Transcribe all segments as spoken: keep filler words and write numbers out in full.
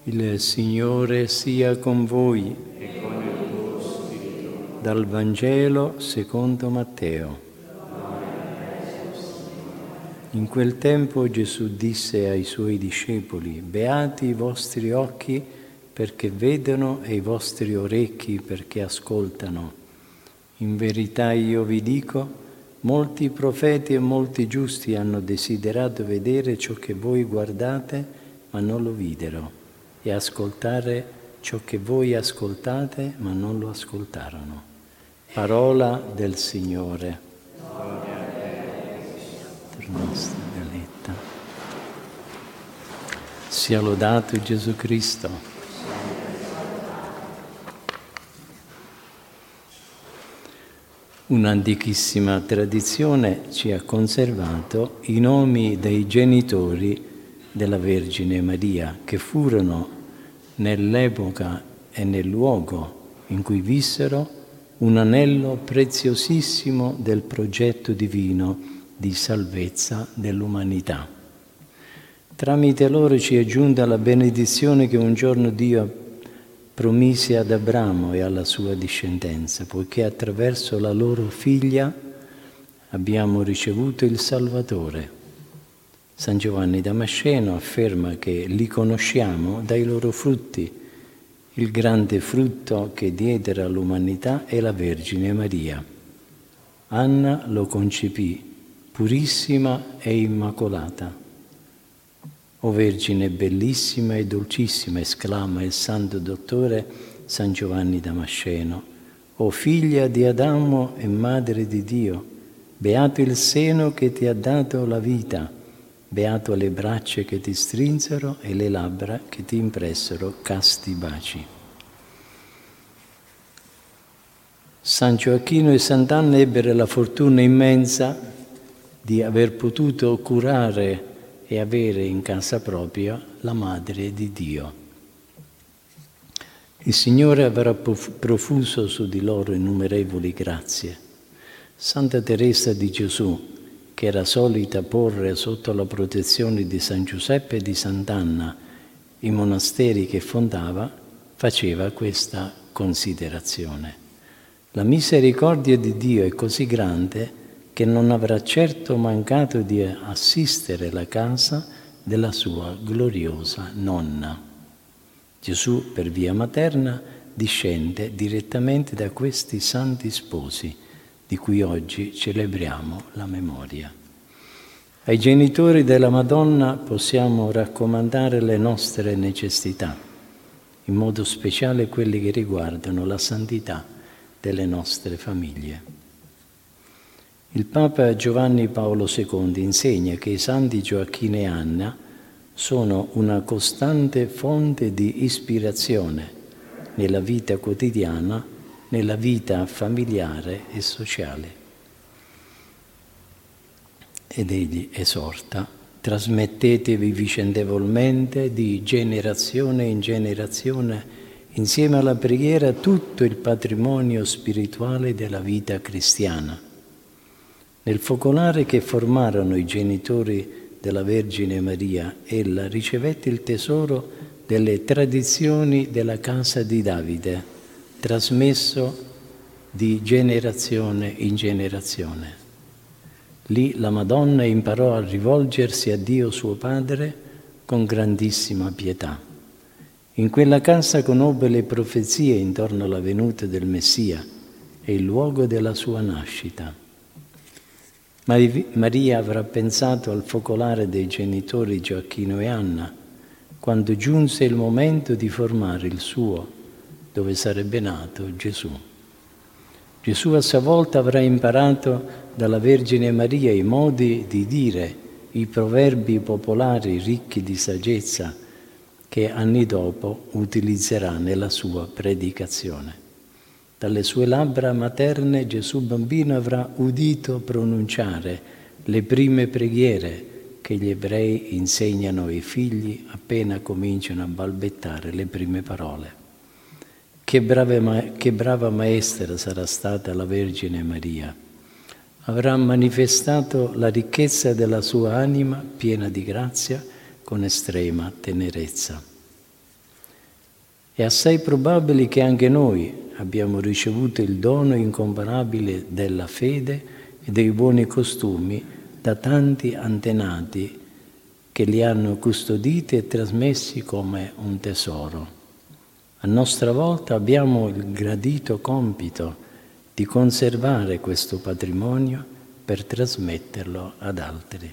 Il Signore sia con voi. E con il tuo spirito. Dal Vangelo secondo Matteo. In quel tempo Gesù disse ai suoi discepoli: beati i vostri occhi perché vedono e i vostri orecchi perché ascoltano. In verità io vi dico, molti profeti e molti giusti hanno desiderato vedere ciò che voi guardate, ma non lo videro, e ascoltare ciò che voi ascoltate, ma non lo ascoltarono. Parola del Signore. Per nostra deletta. Sia lodato Gesù Cristo. Un'antichissima tradizione ci ha conservato i nomi dei genitori della Vergine Maria, che furono nell'epoca e nel luogo in cui vissero un anello preziosissimo del progetto divino di salvezza dell'umanità. Tramite loro ci è giunta la benedizione che un giorno Dio promise ad Abramo e alla sua discendenza, poiché attraverso la loro figlia abbiamo ricevuto il Salvatore. San Giovanni Damasceno afferma che li conosciamo dai loro frutti. Il grande frutto che diedero all'umanità è la Vergine Maria. Anna lo concepì, purissima e immacolata. O Vergine bellissima e dolcissima, esclama il santo dottore San Giovanni Damasceno. O figlia di Adamo e madre di Dio, beato il seno che ti ha dato la vita, beato le braccia che ti strinsero e le labbra che ti impressero casti baci. San Gioacchino e Sant'Anna ebbero la fortuna immensa di aver potuto curare e avere in casa propria la Madre di Dio. Il Signore avrà profuso su di loro innumerevoli grazie. Santa Teresa di Gesù, che era solita porre sotto la protezione di San Giuseppe e di Sant'Anna i monasteri che fondava, faceva questa considerazione. La misericordia di Dio è così grande che non avrà certo mancato di assistere la casa della sua gloriosa nonna. Gesù, per via materna, discende direttamente da questi santi sposi, di cui oggi celebriamo la memoria. Ai genitori della Madonna possiamo raccomandare le nostre necessità, in modo speciale quelle che riguardano la santità delle nostre famiglie. Il Papa Giovanni Paolo secondo insegna che i santi Gioacchino e Anna sono una costante fonte di ispirazione nella vita quotidiana, nella vita familiare e sociale. Ed egli esorta: trasmettetevi vicendevolmente di generazione in generazione, insieme alla preghiera, tutto il patrimonio spirituale della vita cristiana. Nel focolare che formarono i genitori della Vergine Maria, ella ricevette il tesoro delle tradizioni della casa di Davide, trasmesso di generazione in generazione. Lì la Madonna imparò a rivolgersi a Dio suo Padre con grandissima pietà. In quella casa conobbe le profezie intorno alla venuta del Messia e il luogo della sua nascita. Maria avrà pensato al focolare dei genitori Gioacchino e Anna quando giunse il momento di formare il suo, dove sarebbe nato Gesù. Gesù a sua volta avrà imparato dalla Vergine Maria i modi di dire, i proverbi popolari ricchi di saggezza che anni dopo utilizzerà nella sua predicazione. Dalle sue labbra materne Gesù bambino avrà udito pronunciare le prime preghiere che gli ebrei insegnano ai figli appena cominciano a balbettare le prime parole. Che brava, ma- che brava maestra sarà stata la Vergine Maria. Avrà manifestato la ricchezza della sua anima piena di grazia con estrema tenerezza. È assai probabile che anche noi abbiamo ricevuto il dono incomparabile della fede e dei buoni costumi da tanti antenati che li hanno custoditi e trasmessi come un tesoro. A nostra volta abbiamo il gradito compito di conservare questo patrimonio per trasmetterlo ad altri.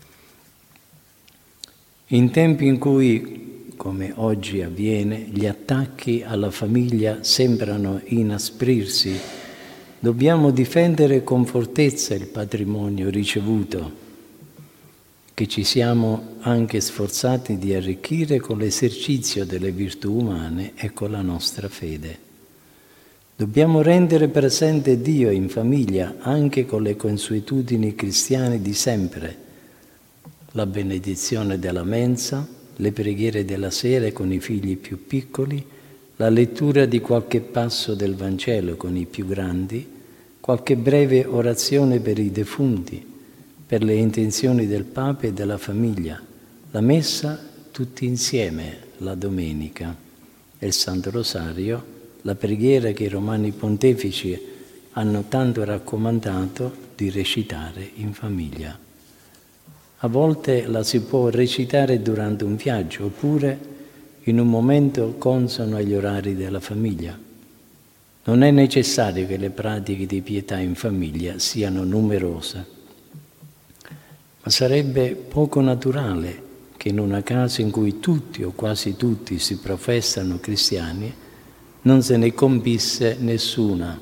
In tempi in cui, come oggi avviene, gli attacchi alla famiglia sembrano inasprirsi, dobbiamo difendere con fortezza il patrimonio ricevuto, che ci siamo anche sforzati di arricchire con l'esercizio delle virtù umane e con la nostra fede. Dobbiamo rendere presente Dio in famiglia anche con le consuetudini cristiane di sempre, la benedizione della mensa, le preghiere della sera con i figli più piccoli, la lettura di qualche passo del Vangelo con i più grandi, qualche breve orazione per i defunti, per le intenzioni del Papa e della famiglia, la messa tutti insieme la domenica e il Santo Rosario, la preghiera che i Romani Pontefici hanno tanto raccomandato di recitare in famiglia. A volte la si può recitare durante un viaggio oppure in un momento consono agli orari della famiglia. Non è necessario che le pratiche di pietà in famiglia siano numerose, ma sarebbe poco naturale che in una casa in cui tutti o quasi tutti si professano cristiani non se ne compisse nessuna.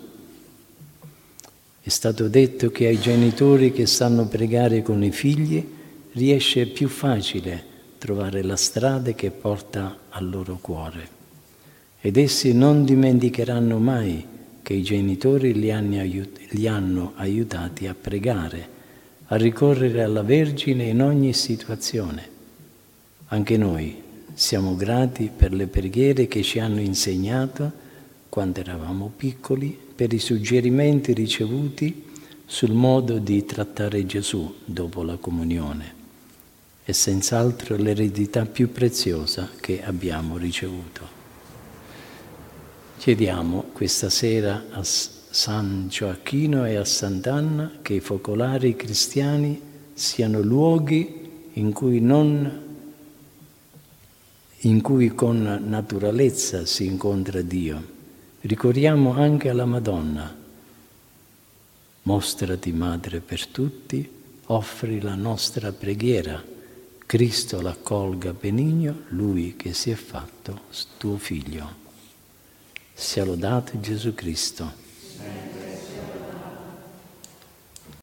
È stato detto che ai genitori che sanno pregare con i figli riesce più facile trovare la strada che porta al loro cuore. Ed essi non dimenticheranno mai che i genitori li hanno, aiut- li hanno aiutati a pregare, a ricorrere alla Vergine in ogni situazione. Anche noi siamo grati per le preghiere che ci hanno insegnato quando eravamo piccoli, per i suggerimenti ricevuti sul modo di trattare Gesù dopo la comunione. È senz'altro l'eredità più preziosa che abbiamo ricevuto. Chiediamo questa sera a San Gioacchino e a Sant'Anna che i focolari cristiani siano luoghi in cui, non, in cui con naturalezza si incontra Dio. Ricorriamo anche alla Madonna. Mostrati madre per tutti, offri la nostra preghiera. Cristo l'accolga benigno, Lui che si è fatto tuo Figlio. Sia lodato Gesù Cristo.